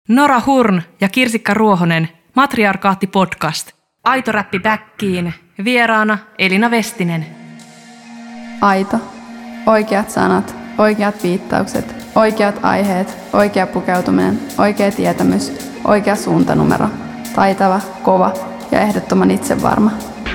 Nora Hurn ja Kirsikka Ruohonen, Matriarkaatti podcast. Aito räppi backiin. Vieraana Elina Vestinen. Aito. Oikeat sanat, oikeat viittaukset, oikeat aiheet, oikea pukeutuminen, oikea tietämys, oikea suuntanumero. Taitava, kova ja ehdottoman itsevarma.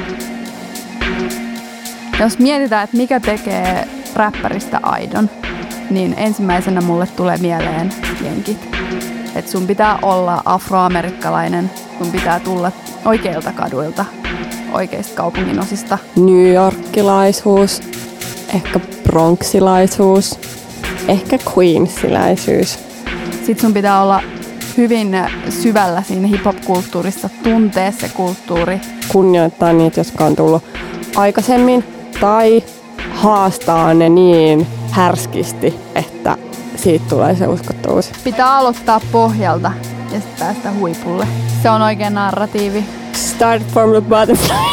Jos mietitään, että mikä tekee räppäristä aidon, niin ensimmäisenä mulle tulee mieleen jenkit. Että sun pitää olla afroamerikkalainen, sun pitää tulla oikeilta kaduilta, oikeista kaupunginosista. New Yorkilaisuus, ehkä bronxilaisuus, ehkä queensiläisyys. Sitten sun pitää olla hyvin syvällä siinä hip-hop-kulttuurissa, tuntee se kulttuuri. Kunnioittaa niitä, jotka on tullut aikaisemmin, tai haastaa ne niin härskisti, että siitä tulee se uskottavuus. Pitää aloittaa pohjalta ja sitten päästä huipulle. Se on oikein narratiivi. Start from the bottom.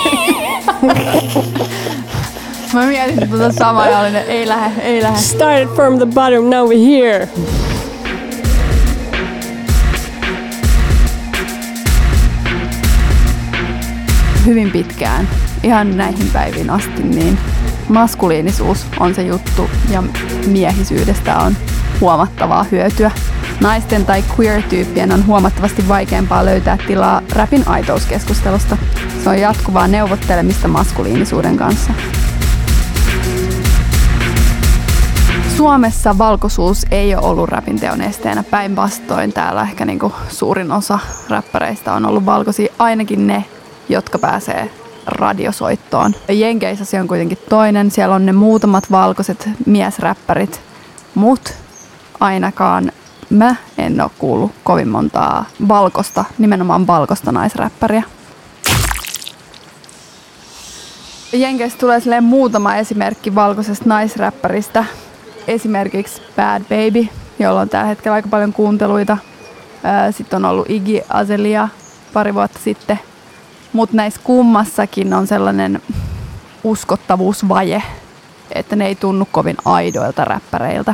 Mä mietin tuota samaa ja olin, ei lähde. Start from the bottom, now we're here. Hyvin pitkään, ihan näihin päiviin asti, niin maskuliinisuus on se juttu ja miehisyydestä on huomattavaa hyötyä. Naisten tai queer-tyyppien on huomattavasti vaikeampaa löytää tilaa räpin aitouskeskustelusta. Se on jatkuvaa neuvottelemista maskuliinisuuden kanssa. Suomessa valkoisuus ei ole ollut räpin teon esteenä. Päinvastoin täällä ehkä suurin osa räppäreistä on ollut valkoisia, ainakin ne, jotka pääsee radiosoittoon. Jenkeissä se on kuitenkin toinen. Siellä on ne muutamat valkoiset miesräppärit, mut ainakaan mä en ole kuullut kovin montaa valkoista, nimenomaan valkoista naisräppäriä. Jenkeissä tulee silleen muutama esimerkki valkoisesta naisräppäristä. Esimerkiksi Bad Baby, jolla on tällä hetkellä aika paljon kuunteluita. Sitten on ollut Iggy Azalea pari vuotta sitten. Mutta näissä kummassakin on sellainen uskottavuusvaje, että ne ei tunnu kovin aidoilta räppäreiltä.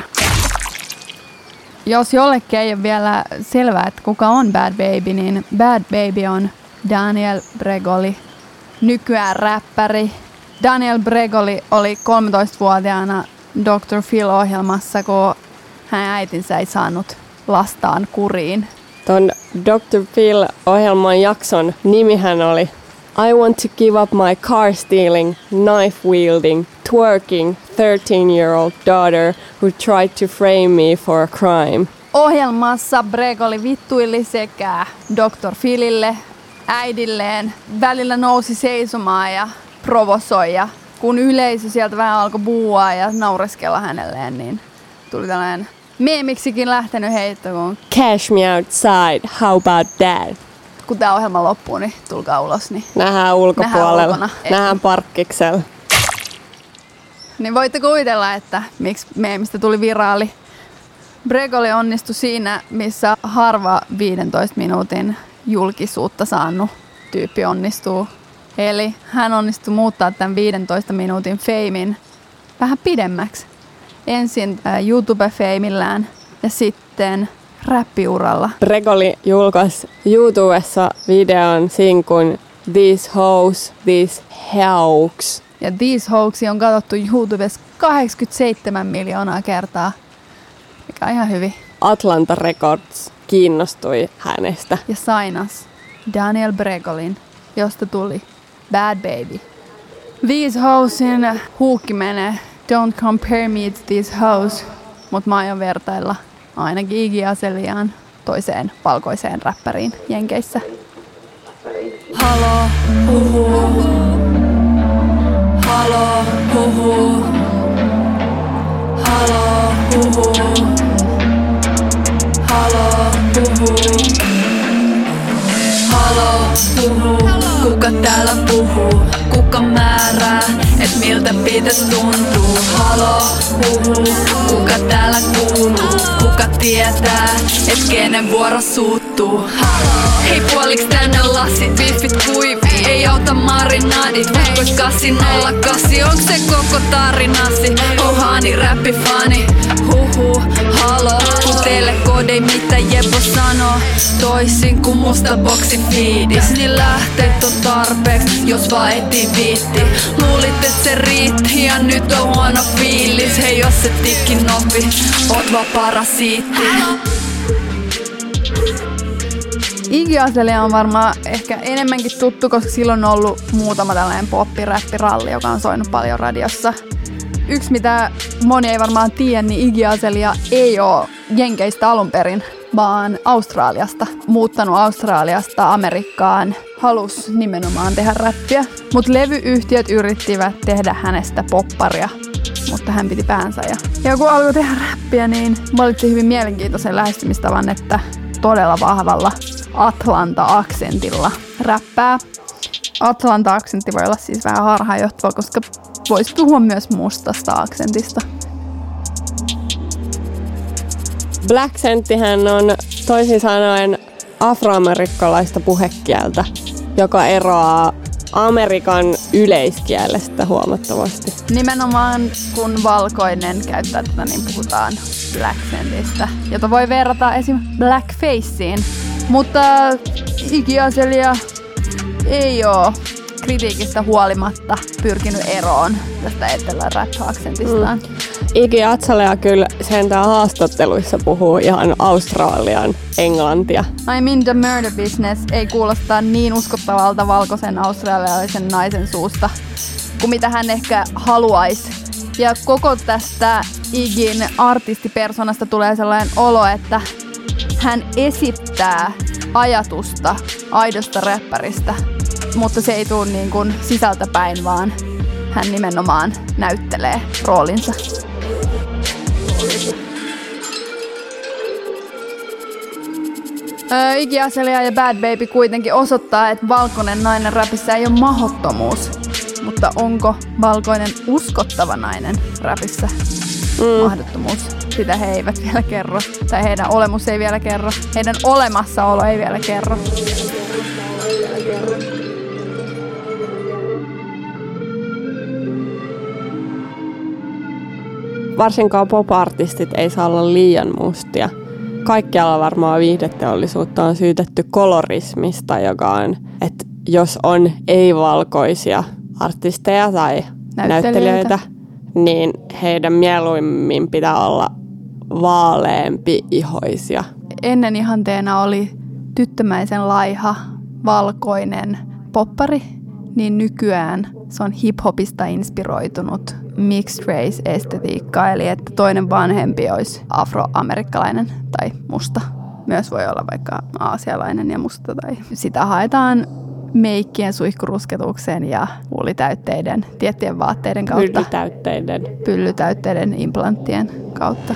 Jos jollekin ei ole vielä selvää, että kuka on Bad Baby, niin Bad Baby on Daniel Bregoli, nykyään räppäri. Daniel Bregoli oli 13-vuotiaana Dr. Phil-ohjelmassa, kun hänen äitinsä ei saanut lastaan kuriin. Ton Dr. Phil-ohjelman jakson nimihän oli I want to give up my car stealing, knife wielding, twerking 13-year-old daughter who tried to frame me for a crime. Ohjelmassa Bregoli vittuili sekä Dr. Philille, äidilleen, välillä nousi seisomaan ja provosoi. Ja kun yleisö sieltä vähän alkoi buuaa ja naureskella hänelleen, niin tuli tällainen meemiksikin lähtenyt heitto, kun Cash me outside, how about that? Kun tää ohjelma loppuu, niin tulkaa ulos. Niin nähdään ulkopuolella, nähdään parkkiksella. Niin voitte kuvitella, että miksi meemistä tuli viraali. Bregoli onnistui siinä, missä harva 15 minuutin julkisuutta saanut tyyppi onnistuu. Eli hän onnistui muuttaa tämän 15 minuutin feimin vähän pidemmäksi. Ensin YouTube-feimillään ja sitten räppiuralla. Bregoli julkaisi YouTubessa videon sinkun These Hoes, These Hoax. Ja These Hoaxi on katsottu YouTubessa 87 miljoonaa kertaa, mikä on ihan hyvin. Atlanta Records kiinnostui hänestä. Ja sainas Daniel Bregolin, josta tuli Bad Baby. These Hoesin huukki menee Don't compare me to these hoes, mut mä aion vertailla ainakin Iggy Azaleaan, toiseen valkoiseen räppäriin Jenkeissä. Halo, huhu. Halo, huhu. Halo, huhu. Halo, huhu. Halo, huhu. Kuka täällä puhuu? Kuka määrää, et miltä pitäis tuntuu? Halo, huhu. Kuka täällä kuuluu? Kuka tietää, et kenen vuoro suuttuu? Halo. Hei puoliks tänne lasit, biffit kuivii. Ei auta marinaadit, uskois 808. Onks se koko tarinasi? Ohani räppifani. Huhu, halo. Kun teille kode mitä Jebbo sanoo. Toisin kuin musta boksi fiidis, niin lähteet on tarpeeksi, jos vaan eti viitti. Luulit et se riitti ja nyt on huono fiilis. Hei jos et ikin opi, oot vaan parasiitti. Iggy Azalea on varmaan ehkä enemmänkin tuttu, koska silloin on ollut muutama tällainen poppi-räppiralli, joka on soinut paljon radiossa. Yksi, mitä moni ei varmaan tiedä, niin Iggy Azalea ei ole Jenkeistä alun perin, vaan Australiasta. Muuttanut Australiasta Amerikkaan, halusi nimenomaan tehdä räppiä. Mutta levyyhtiöt yrittivät tehdä hänestä popparia, mutta hän piti päänsä. Ja kun alkoi tehdä räppiä, niin valitsi hyvin mielenkiintoisen lähestymistavan, että todella vahvalla Atlanta-aksentilla räppää. Atlanta-aksentti voi olla siis vähän harhaanjohtava, koska voisi puhua myös mustasta aksentista. Blaccenttihän on toisin sanoen afroamerikkalaista puhekieltä, joka eroaa Amerikan yleiskielestä huomattavasti. Nimenomaan kun valkoinen käyttää tätä, niin puhutaan blaccentistä, jota voi verrata esim. Blackfaceen. Mutta Iggy Azalea ei ole kritiikistä huolimatta pyrkinyt eroon tästä etelän rap-aksentistaan. Iggy Azalea kyllä sentään haastatteluissa puhuu ihan Australian englantia. I'm in the murder business ei kuulosta niin uskottavalta valkoisen australialaisen naisen suusta kuin mitä hän ehkä haluaisi. Ja koko tästä Iggyn artistipersonasta tulee sellainen olo, että hän esittää ajatusta aidosta räppäristä, mutta se ei tule niin kuin sisältäpäin, vaan hän nimenomaan näyttelee roolinsa. Iggy Azalea ja Bad Baby kuitenkin osoittaa, että valkoinen nainen räpissä ei ole mahdottomuus. Mutta onko valkoinen uskottava nainen räpissä mahdottomuus? Sitä he eivät vielä kerro. Tai heidän olemus ei vielä kerro. Heidän olemassaolo ei vielä kerro. Varsinkaan pop-artistit ei saa olla liian mustia. Kaikkialla varmaan viihdeteollisuutta on syytetty kolorismista, joka on, että jos on ei-valkoisia artisteja tai näyttelijöitä, niin heidän mieluimmin pitää olla vaaleampi-ihoisia. Ennen ihanteena oli tyttömäisen laiha, valkoinen poppari, niin nykyään se on hip-hopista inspiroitunut mixed race-estetiikka, eli että toinen vanhempi olisi afroamerikkalainen tai musta. Myös voi olla vaikka aasialainen ja musta. Tai sitä haetaan meikkien suihkurusketuksen ja huulitäytteiden, tiettyjen vaatteiden kautta. Pyllytäytteiden implanttien kautta.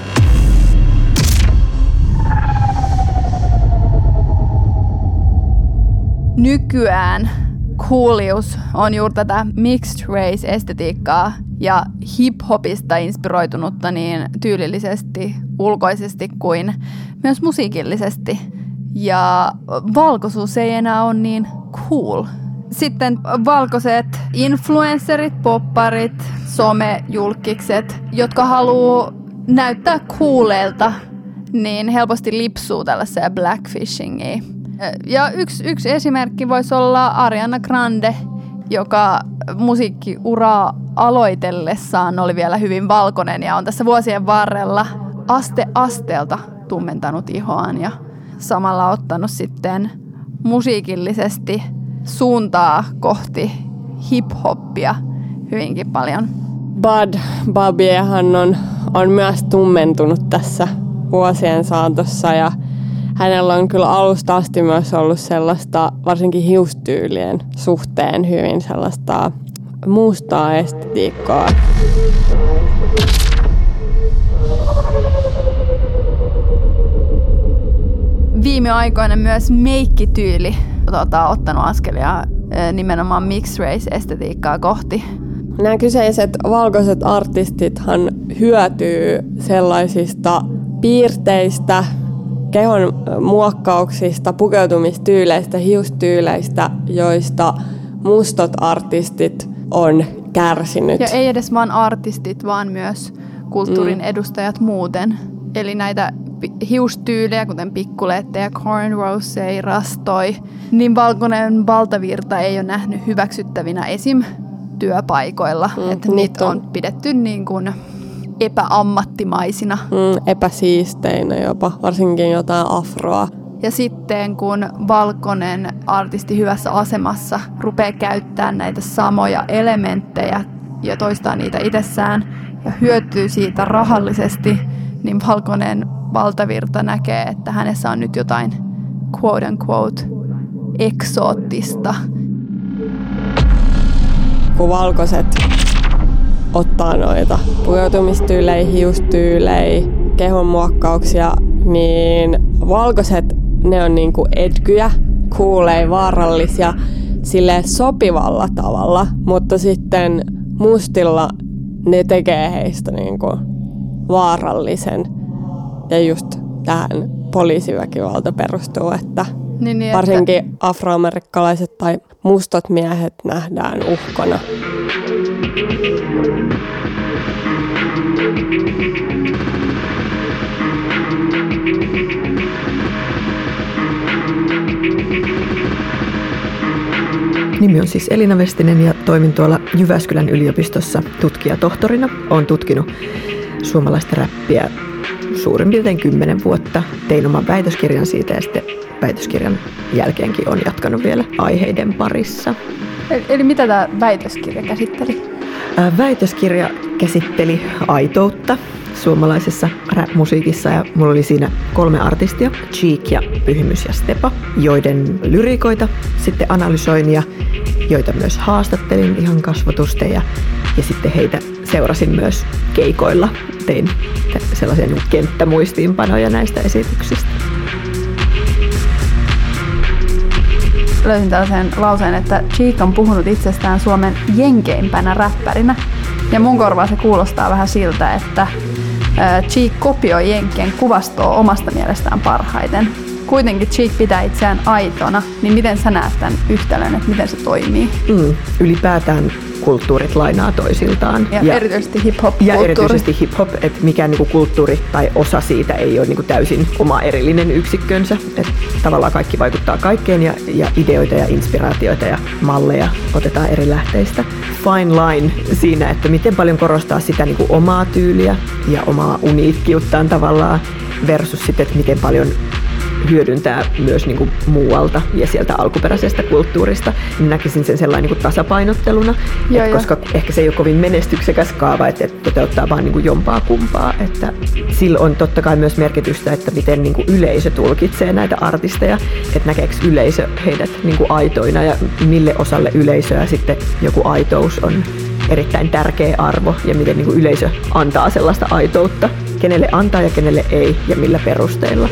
Nykyään coolius on juuri tätä mixed race-estetiikkaa ja hip-hopista inspiroitunutta niin tyylillisesti, ulkoisesti kuin myös musiikillisesti. Ja valkoisuus ei enää ole niin cool. Sitten valkoiset influencerit, popparit, somejulkikset, jotka haluaa näyttää cooleilta, niin helposti lipsuu tällaiseen blackfishingiin. Ja yksi esimerkki voisi olla Ariana Grande, joka musiikkiuraa aloitellessaan oli vielä hyvin valkoinen ja on tässä vuosien varrella aste asteelta tummentanut ihoaan ja samalla ottanut sitten musiikillisesti suuntaa kohti hip-hoppia hyvinkin paljon. Bad Babiehan on myös tummentunut tässä vuosien saatossa ja hänellä on kyllä alusta asti myös ollut sellaista, varsinkin hiustyylien suhteen hyvin sellaista mustaa estetiikkaa. Viime aikoina myös meikkityyli ottanut askelia nimenomaan mixed race-estetiikkaa kohti. Nämä kyseiset valkoiset artistithan hyötyy sellaisista piirteistä, kehon muokkauksista, pukeutumistyyleistä, hiustyyleistä, joista mustat artistit on kärsinyt. Ja ei edes vaan artistit, vaan myös kulttuurin edustajat muuten. Eli näitä hiustyylejä, kuten pikkulettejä, cornrowsei, rastoi, niin valkoinen valtavirta ei ole nähnyt hyväksyttävinä esim. Työpaikoilla. Että niitä on pidetty niin kuin epäammattimaisina. Epäsiisteinä jopa, varsinkin jotain afroa. Ja sitten kun valkoinen artisti hyvässä asemassa rupeaa käyttämään näitä samoja elementtejä ja toistaa niitä itsessään ja hyötyy siitä rahallisesti, niin valkoinen valtavirta näkee, että hänessä on nyt jotain quote unquote eksoottista. Kun valkoiset ottaa noita pukeutumistyylejä, hiustyylejä, kehonmuokkauksia, niin valkoiset ne on niinku edgyjä, cooleja, vaarallisia silleen sopivalla tavalla, mutta sitten mustilla ne tekee heistä niinku vaarallisen. Ja just tähän poliisiväkivalta perustuu, että varsinkin afroamerikkalaiset tai mustat miehet nähdään uhkana. Nimi on siis Elina Vestinen ja toimin tuolla Jyväskylän yliopistossa tutkijatohtorina. Olen tutkinut suomalaista räppiä suurin piirtein 10 vuotta. Tein oman väitöskirjan siitä ja sitten väitöskirjan jälkeenkin olen jatkanut vielä aiheiden parissa. Eli mitä tämä väitöskirja käsitteli? Väitöskirja käsitteli aitoutta suomalaisessa rap-musiikissa ja mulla oli siinä 3 artistia, Cheek ja Pyhimys ja Stepa, joiden lyriikoita sitten analysoin ja joita myös haastattelin ihan kasvotusten ja sitten heitä seurasin myös keikoilla. Tein sellaisia kenttämuistiinpanoja näistä esityksistä. Löysin tällaisen lauseen, että Cheek on puhunut itsestään Suomen jenkeimpänä räppärinä. Ja mun korvaan se kuulostaa vähän siltä, että Cheek kopioi jenkkien kuvastoa omasta mielestään parhaiten. Kuitenkin Cheek pitää itseään aitona, niin miten sä näet tämän yhtälön, että miten se toimii? Ylipäätään kulttuurit lainaa toisiltaan. Ja erityisesti hip-hop-kulttuuri. Ja erityisesti hip-hop, että mikään niinku kulttuuri tai osa siitä ei ole niinku täysin oma erillinen yksikkönsä. Että tavallaan kaikki vaikuttaa kaikkeen ja ideoita ja inspiraatioita ja malleja otetaan eri lähteistä. Fine line siinä, että miten paljon korostaa sitä niinku omaa tyyliä ja omaa uniikkiuttaan tavallaan versus sitten, että miten paljon hyödyntää myös niin kuin muualta ja sieltä alkuperäisestä kulttuurista. Näkisin sen sellainen niin kuin tasapainotteluna, koska ehkä se ei ole kovin menestyksekäs kaava, että toteuttaa vaan niin kuin jompaa kumpaa. Että sillä on totta kai myös merkitystä, että miten niin kuin yleisö tulkitsee näitä artisteja, että näkeekö yleisö heidät niin kuin aitoina ja mille osalle yleisöä sitten joku aitous on erittäin tärkeä arvo ja miten niin kuin yleisö antaa sellaista aitoutta, kenelle antaa ja kenelle ei ja millä perusteilla.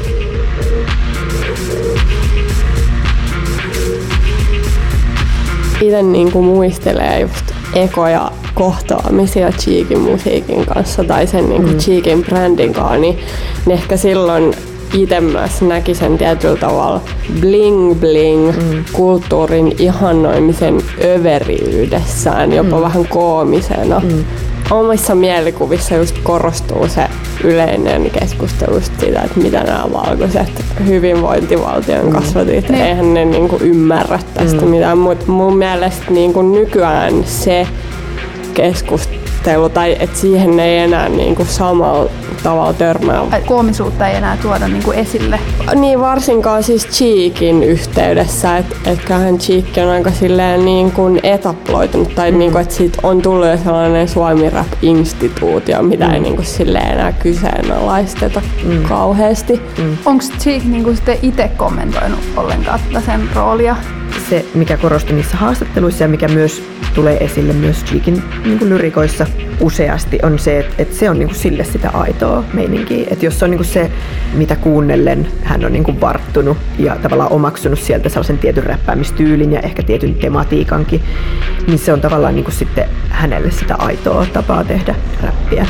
Itse niinku muistelee just ekoja kohtaamisia Cheekin musiikin kanssa tai sen niinku Cheekin brändin kanssa, niin ehkä silloin itse myös näki sen tietyllä tavalla bling-bling kulttuurin ihannoimisen överiydessään, jopa vähän koomisena. Omissa mielikuvissa just korostuu se yleinen keskustelu siitä, että mitä nämä valkoiset hyvinvointivaltion kasvatit, eihän ne niinku ymmärrä tästä mitään, mutta mun mielestä niinku nykyään se keskustelu, tai että siihen ei enää niinku samalla tavalla törmää. Koomisuutta ei enää tuoda niinku esille. Niin varsinkaan siis Cheekin yhteydessä, etköhän Cheek on aika silleen niin kuin etaploitunut, tai niinku, että siitä on tullut jo sellainen Suomi-rap-instituutio, mitä ei niinku silleen enää kyseenalaisteta kauheasti. Onko Cheek niinku sitten itse kommentoinut ollenkaan sen roolia? Se, mikä korostui niissä haastatteluissa ja mikä myös tulee esille myös Cheekin niin lyrikoissa useasti, on se, että se on niin kuin sille sitä aitoa meininkiä. Että jos se on niin kuin se, mitä kuunnellen hän on niin kuin varttunut ja tavallaan omaksunut sieltä sellaisen tietyn räppäämistyylin ja ehkä tietyn tematiikankin, niin se on tavallaan niin kuin sitten hänelle sitä aitoa tapaa tehdä räppiä.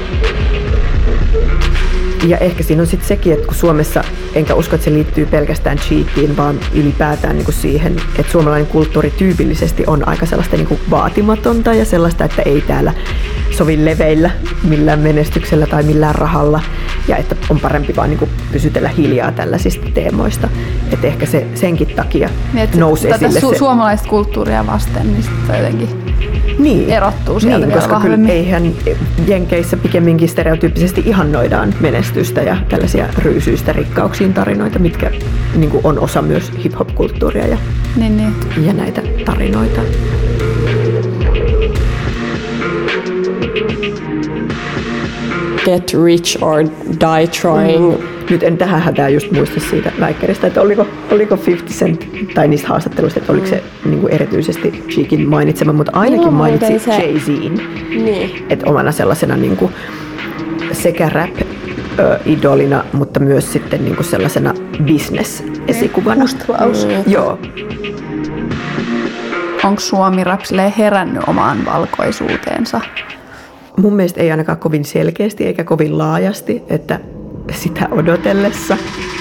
Ja ehkä siinä on sitten sekin, että kun Suomessa, enkä usko, että se liittyy pelkästään Cheekiin, vaan ylipäätään niin kuin siihen, että suomalainen kulttuuri tyypillisesti on aika sellaista niin kuin vaatimatonta ja sellaista, että ei täällä sovi leveillä millään menestyksellä tai millään rahalla. ja että on parempi vaan niin kuin pysytellä hiljaa tällaisista teemoista. Että ehkä se senkin takia nousi esille se suomalaista kulttuuria vasten, niin sitten jotenkin erottuu sieltä niin, vielä koska vahvemmin. Eihän Jenkeissä pikemminkin stereotyyppisesti ihannoidaan menestystä ja tällaisia ryysyistä rikkauksiin tarinoita, mitkä niin kuin on osa myös hip-hop-kulttuuria ja näitä tarinoita. Get rich or die trying. Nyt en tähän hätään just muista siitä väikkäristä, että oliko 50 Cent tai niistä haastatteluista, että oliko se niin kuin erityisesti Cheekin mainitsema, mutta ainakin mainitsi Jay-Zin. Niin. Että omana sellaisena niin kuin sekä rap-idolina, mutta myös sitten niin kuin sellaisena business-esikuvana. Joo. Onko Suomi-rap herännyt omaan valkoisuuteensa? Mun mielestä ei ainakaan kovin selkeästi eikä kovin laajasti, että sitä odotellessa.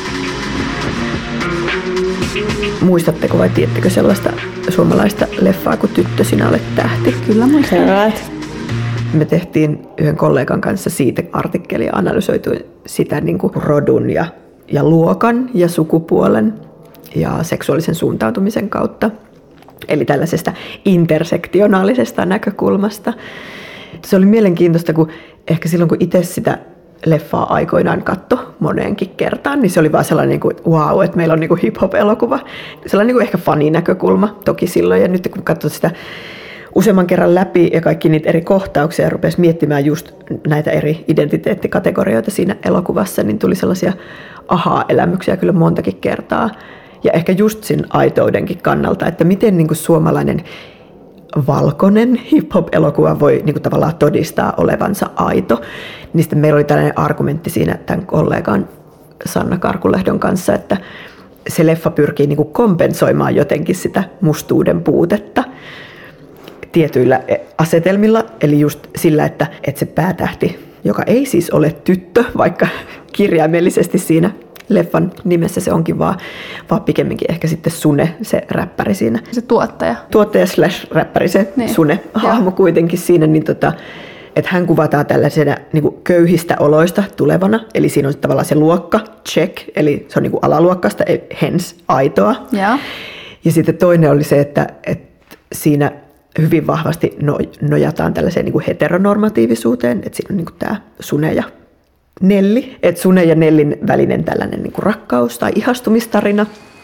Muistatteko vai tiedättekö sellaista suomalaista leffaa kuin Tyttö, sinä olet tähti? Kyllä muistan. Me tehtiin yhden kollegan kanssa siitä artikkelia, analysoituin sitä niin kuin rodun ja luokan ja sukupuolen ja seksuaalisen suuntautumisen kautta. Eli tällaisesta intersektionaalisesta näkökulmasta. Se oli mielenkiintoista, kun ehkä silloin kun itse sitä leffaa aikoinaan katto moneenkin kertaan, niin se oli vaan sellainen niin kuin, wow, että meillä on niin kuin hip-hop-elokuva. Sellainen niin kuin ehkä funny-näkökulma toki silloin. Ja nyt kun katsot sitä useamman kerran läpi ja kaikki niitä eri kohtauksia ja rupesi miettimään just näitä eri identiteettikategorioita siinä elokuvassa, niin tuli sellaisia aha-elämyksiä kyllä montakin kertaa. Ja ehkä just sen aitoudenkin kannalta, että miten niin kuin suomalainen valkoinen hip-hop-elokuva voi niin kuin tavallaan todistaa olevansa aito. Niin sitten meillä oli tällainen argumentti siinä tämän kollegan Sanna Karkulehdon kanssa, että se leffa pyrkii niin kuin kompensoimaan jotenkin sitä mustuuden puutetta tietyillä asetelmilla. Eli just sillä, että se päätähti, joka ei siis ole tyttö, vaikka kirjaimellisesti siinä leffan nimessä se onkin vaan pikemminkin ehkä sitten Sune, se räppäri siinä. Se tuottaja. Tuottaja/räppäri, se Sune-hahmo kuitenkin siinä, niin että hän kuvataan tällaisena niin kuin köyhistä oloista tulevana. Eli siinä on tavallaan se luokka, check, eli se on niin kuin alaluokkasta, hence aitoa. Ja sitten toinen oli se, että siinä hyvin vahvasti nojataan tällaiseen niin kuin heteronormatiivisuuteen, että siinä on niin kuin tämä Sune ja Nelli, että Sune ja Nellin välinen tällainen niin kuin rakkaus tai ihastumistarina.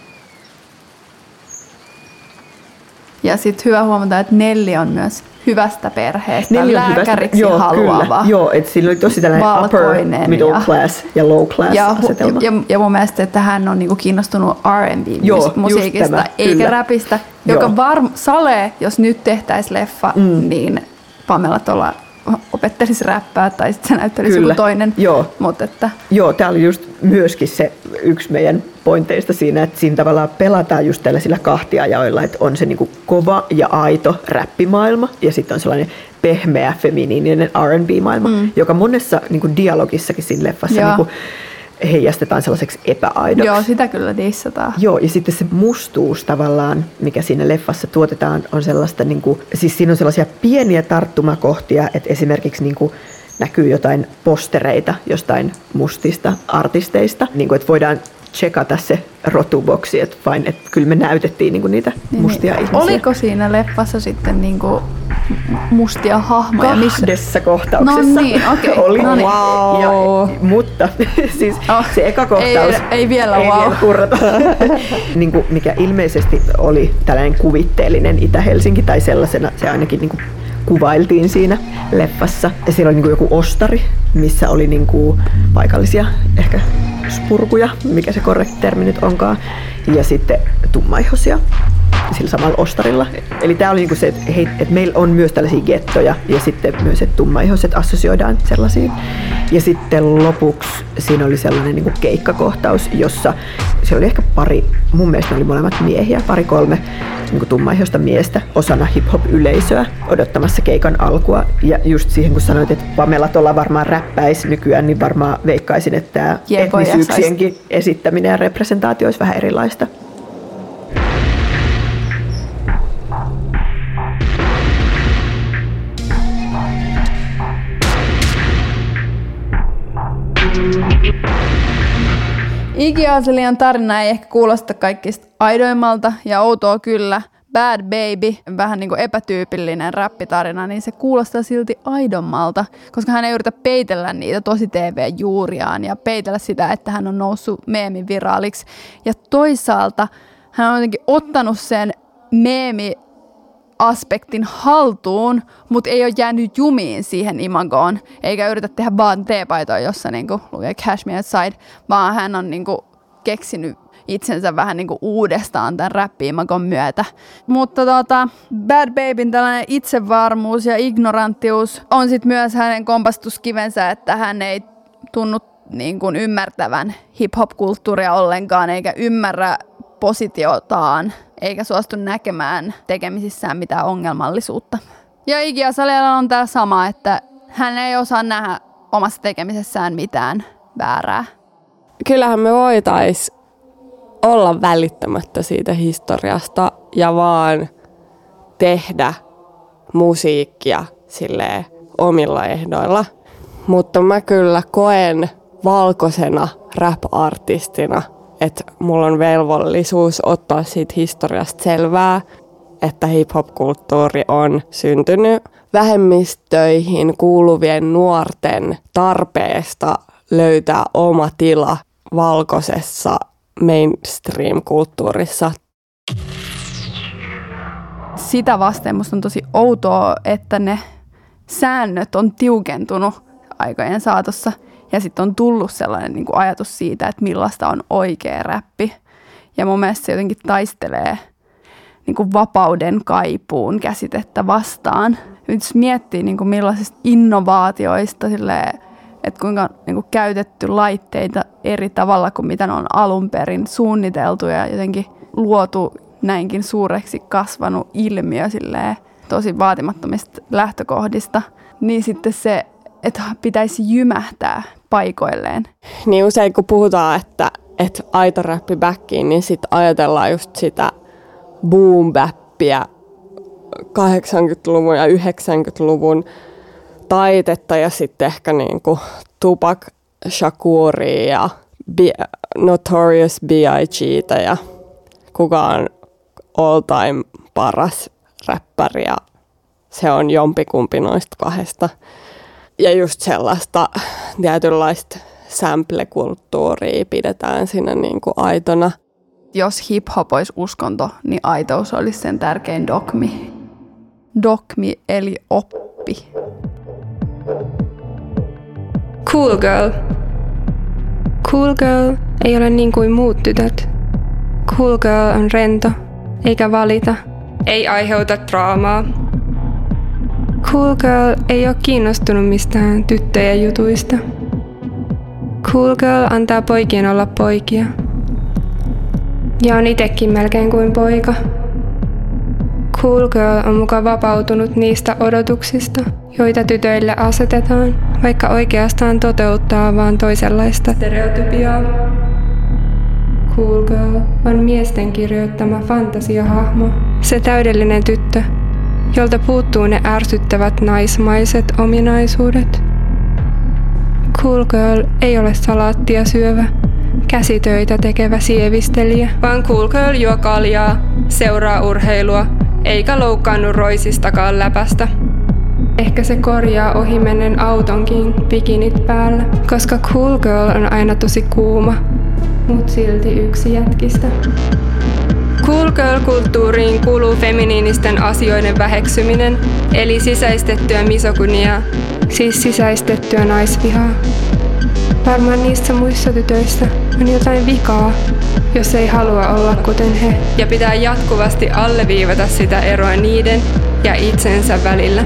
Ja sitten hyvä huomata, että Nelli on myös hyvästä perheestä, Nelli on lääkäriksi hyvästä, haluava. Joo, että siinä oli tosi tällainen valkoinen upper, middle class ja low class asetelma. Ja mun mielestä, että hän on niinku kiinnostunut R&B-musiikista eikä kyllä. räpistä, joka Sale, jos nyt tehtäisiin leffa, niin Pamela tuolla opettelisi räppää tai sitten se näyttelisi joku toinen. Joo, tämä oli just myöskin se yksi meidän pointeista siinä, että siinä tavallaan pelataan just tällaisilla kahtiajaoilla, että on se niinku kova ja aito räppimaailma ja sitten on sellainen pehmeä, feminiininen R&B-maailma, joka monessa niinku dialogissakin siinä leffassa niinku heijastetaan sellaiseksi epäaidoksi. Joo, sitä kyllä dissataan. Joo, ja sitten se mustuus tavallaan, mikä siinä leffassa tuotetaan, on sellaista, siis siinä on sellaisia pieniä tarttumakohtia, että esimerkiksi näkyy jotain postereita jostain mustista artisteista, että voidaan tsekata se rotuboksi, että kyllä me näytettiin niitä mustia ihmisiä. Oliko siinä leffassa sitten mustia hahmoja? Kahdessa kohtauksessa. No niin, okei. Oli. Wow. Mutta siis se eka kohtaus ei vielä hurrata. Mikä ilmeisesti oli tällainen kuvitteellinen Itä-Helsinki tai sellaisena se ainakin kuvailtiin siinä leffassa. Ja siellä oli joku ostari, missä oli paikallisia ehkä spurkuja, mikä se korrekti termi nyt onkaan, ja sitten tummaihoisia sillä samalla ostarilla. Eli tämä oli se, että meillä on myös tällaisia gettoja ja sitten myös, että tummaihoiset assosioidaan sellaisiin. Ja sitten lopuksi siinä oli sellainen keikkakohtaus, jossa se oli ehkä mun mielestä ne oli molemmat miehiä, 2-3 tummaihoista miestä osana hip-hop-yleisöä odottamassa keikan alkua. Ja just siihen, kun sanoit, että Pamela tuolla varmaan räppäisi nykyään, niin varmaan veikkaisin, että tämä etnisyyksienkin esittäminen ja representaatio olisi vähän erilaista. Iggy Azalean tarina ei ehkä kuulosta kaikista aidoimmalta ja outoa kyllä. Bad Baby, vähän niin kuin epätyypillinen räppitarina, niin se kuulostaa silti aidommalta, koska hän ei yritä peitellä niitä tosi TV-juuriaan ja peitellä sitä, että hän on noussut meemiviraaliksi. Ja toisaalta hän on jotenkin ottanut sen meemi-aspektin haltuun, mutta ei ole jäänyt jumiin siihen imagoon, eikä yritä tehdä vaan teepaitoa, jossa niin kuin lukee Cash Me Outside, vaan hän on niin kuin keksinyt itsensä vähän niin kuin uudestaan tämän räppi-imagon myötä. Mutta Bad Babyn tällainen itsevarmuus ja ignoranttius on sitten myös hänen kompastuskivensä, että hän ei tunnu niin kuin ymmärtävän hip-hop-kulttuuria ollenkaan, eikä ymmärrä positiotaan, eikä suostu näkemään tekemisissään mitään ongelmallisuutta. Ja Iggy Azalealla on tämä sama, että hän ei osaa nähdä omassa tekemisessään mitään väärää. Kyllähän me voitaisiin olla välittämättä siitä historiasta ja vaan tehdä musiikkia silleen omilla ehdoilla. Mutta mä kyllä koen valkoisena rap-artistina, että mulla on velvollisuus ottaa siitä historiasta selvää, että hip-hop-kulttuuri on syntynyt vähemmistöihin kuuluvien nuorten tarpeesta löytää oma tila valkoisessa mainstream-kulttuurissa. Sitä vasten musta on tosi outoa, että ne säännöt on tiukentunut aikojen saatossa ja sitten on tullut sellainen niin kuin ajatus siitä, että millaista on oikea räppi. Ja mun mielestä se jotenkin taistelee niin kuin vapauden kaipuun käsitettä vastaan. Nyt miettii niin kuin millaisista innovaatioista silleen, että kuinka niin kuin käytetty laitteita eri tavalla kuin mitä ne on alun perin suunniteltu ja jotenkin luotu näinkin suureksi kasvanut ilmiö silleen, tosi vaatimattomista lähtökohdista, niin sitten se, että pitäisi jymähtää paikoilleen. Niin usein kun puhutaan, että aito räppi backiin, niin sitten ajatellaan just sitä boom-bappia 80-luvun ja 90-luvun taitetta ja sitten ehkä niinku Tupac Shakuria ja Notorious B.I.G.tä ja kuka on all time paras räppäri ja se on jompikumpi noista kahdesta. Ja just sellaista tietynlaista sample-kulttuuria pidetään siinä niinku aitona. Jos hip-hop olisi uskonto, niin aitous olisi sen tärkein dogmi. Dogmi eli oppi. Cool girl. Cool girl ei ole niin kuin muut tytöt. Cool girl on rento, eikä valita, ei aiheuta draamaa. Cool girl ei ole kiinnostunut mistään tyttöjen jutuista. Cool girl antaa poikien olla poikia. Ja on itekin melkein kuin poika. Cool girl on muka vapautunut niistä odotuksista, joita tytöille asetetaan, vaikka oikeastaan toteuttaa vaan toisenlaista stereotypiaa. Cool girl on miesten kirjoittama fantasiahahmo, se täydellinen tyttö, jolta puuttuu ne ärsyttävät naismaiset ominaisuudet. Cool girl ei ole salaattia syövä, käsitöitä tekevä sievistelijä, vaan cool girl juo kaljaa, seuraa urheilua, eikä loukkaannu roisistakaan läpästä. Ehkä se korjaa ohimennen autonkin bikinit päällä, koska cool girl on aina tosi kuuma, mut silti yksi jätkistä. Cool girl-kulttuuriin kuuluu feminiinisten asioiden väheksyminen, eli sisäistettyä misogyniaa, siis sisäistettyä naisvihaa. Varmaan niissä muissa tytöissä on jotain vikaa, jos ei halua olla kuten he, ja pitää jatkuvasti alleviivata sitä eroa niiden ja itsensä välillä.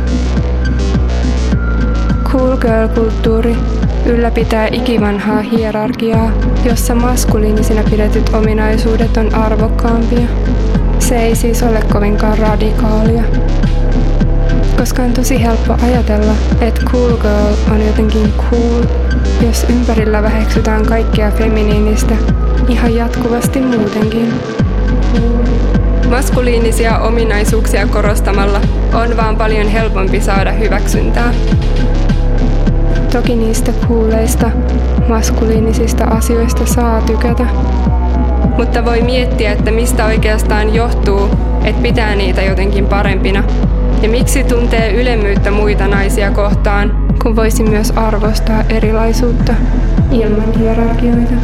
Cool girl-kulttuuri ylläpitää ikivanhaa hierarkiaa, jossa maskuliinisina pidetyt ominaisuudet on arvokkaampia. Se ei siis ole kovinkaan radikaalia. Koska on tosi helppo ajatella, että cool girl on jotenkin cool, jos ympärillä väheksytään kaikkea feminiinistä ihan jatkuvasti muutenkin. Maskuliinisia ominaisuuksia korostamalla on vaan paljon helpompi saada hyväksyntää. Toki niistä cooleista, maskuliinisista asioista saa tykätä. Mutta voi miettiä, että mistä oikeastaan johtuu, että pitää niitä jotenkin parempina. Ja miksi tuntee ylemmyyttä muita naisia kohtaan, kun voisi myös arvostaa erilaisuutta ilman hierarkioita.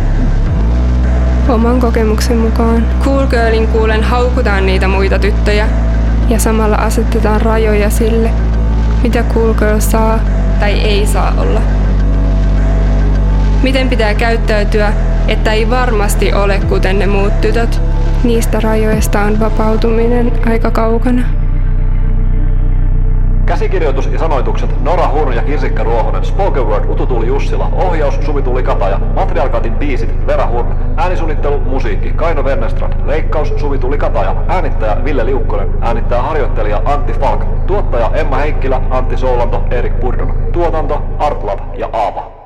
Oman kokemuksen mukaan cool girlin kuulen haukutaan niitä muita tyttöjä ja samalla asetetaan rajoja sille, mitä cool girl saa tai ei saa olla. Miten pitää käyttäytyä, että ei varmasti ole kuten ne muut tytöt. Niistä rajoista on vapautuminen aika kaukana. Käsikirjoitus ja sanoitukset Nora Hurn ja Kirsikka Ruohonen, Spoken Word Utu Tuuli Jussila, ohjaus Suvi Tuuli Kataja, Matriarkaatin biisit Vera Hurn, äänisuunnittelu, musiikki Kaino Wennerstrand, leikkaus Suvi Tuuli Kataja, äänittäjä Ville Liukkonen, äänittäjä harjoittelija Antti Falk, tuottaja Emma Heikkilä, Antti Soulanto, Erik Purdon, tuotanto Artlab ja Aava.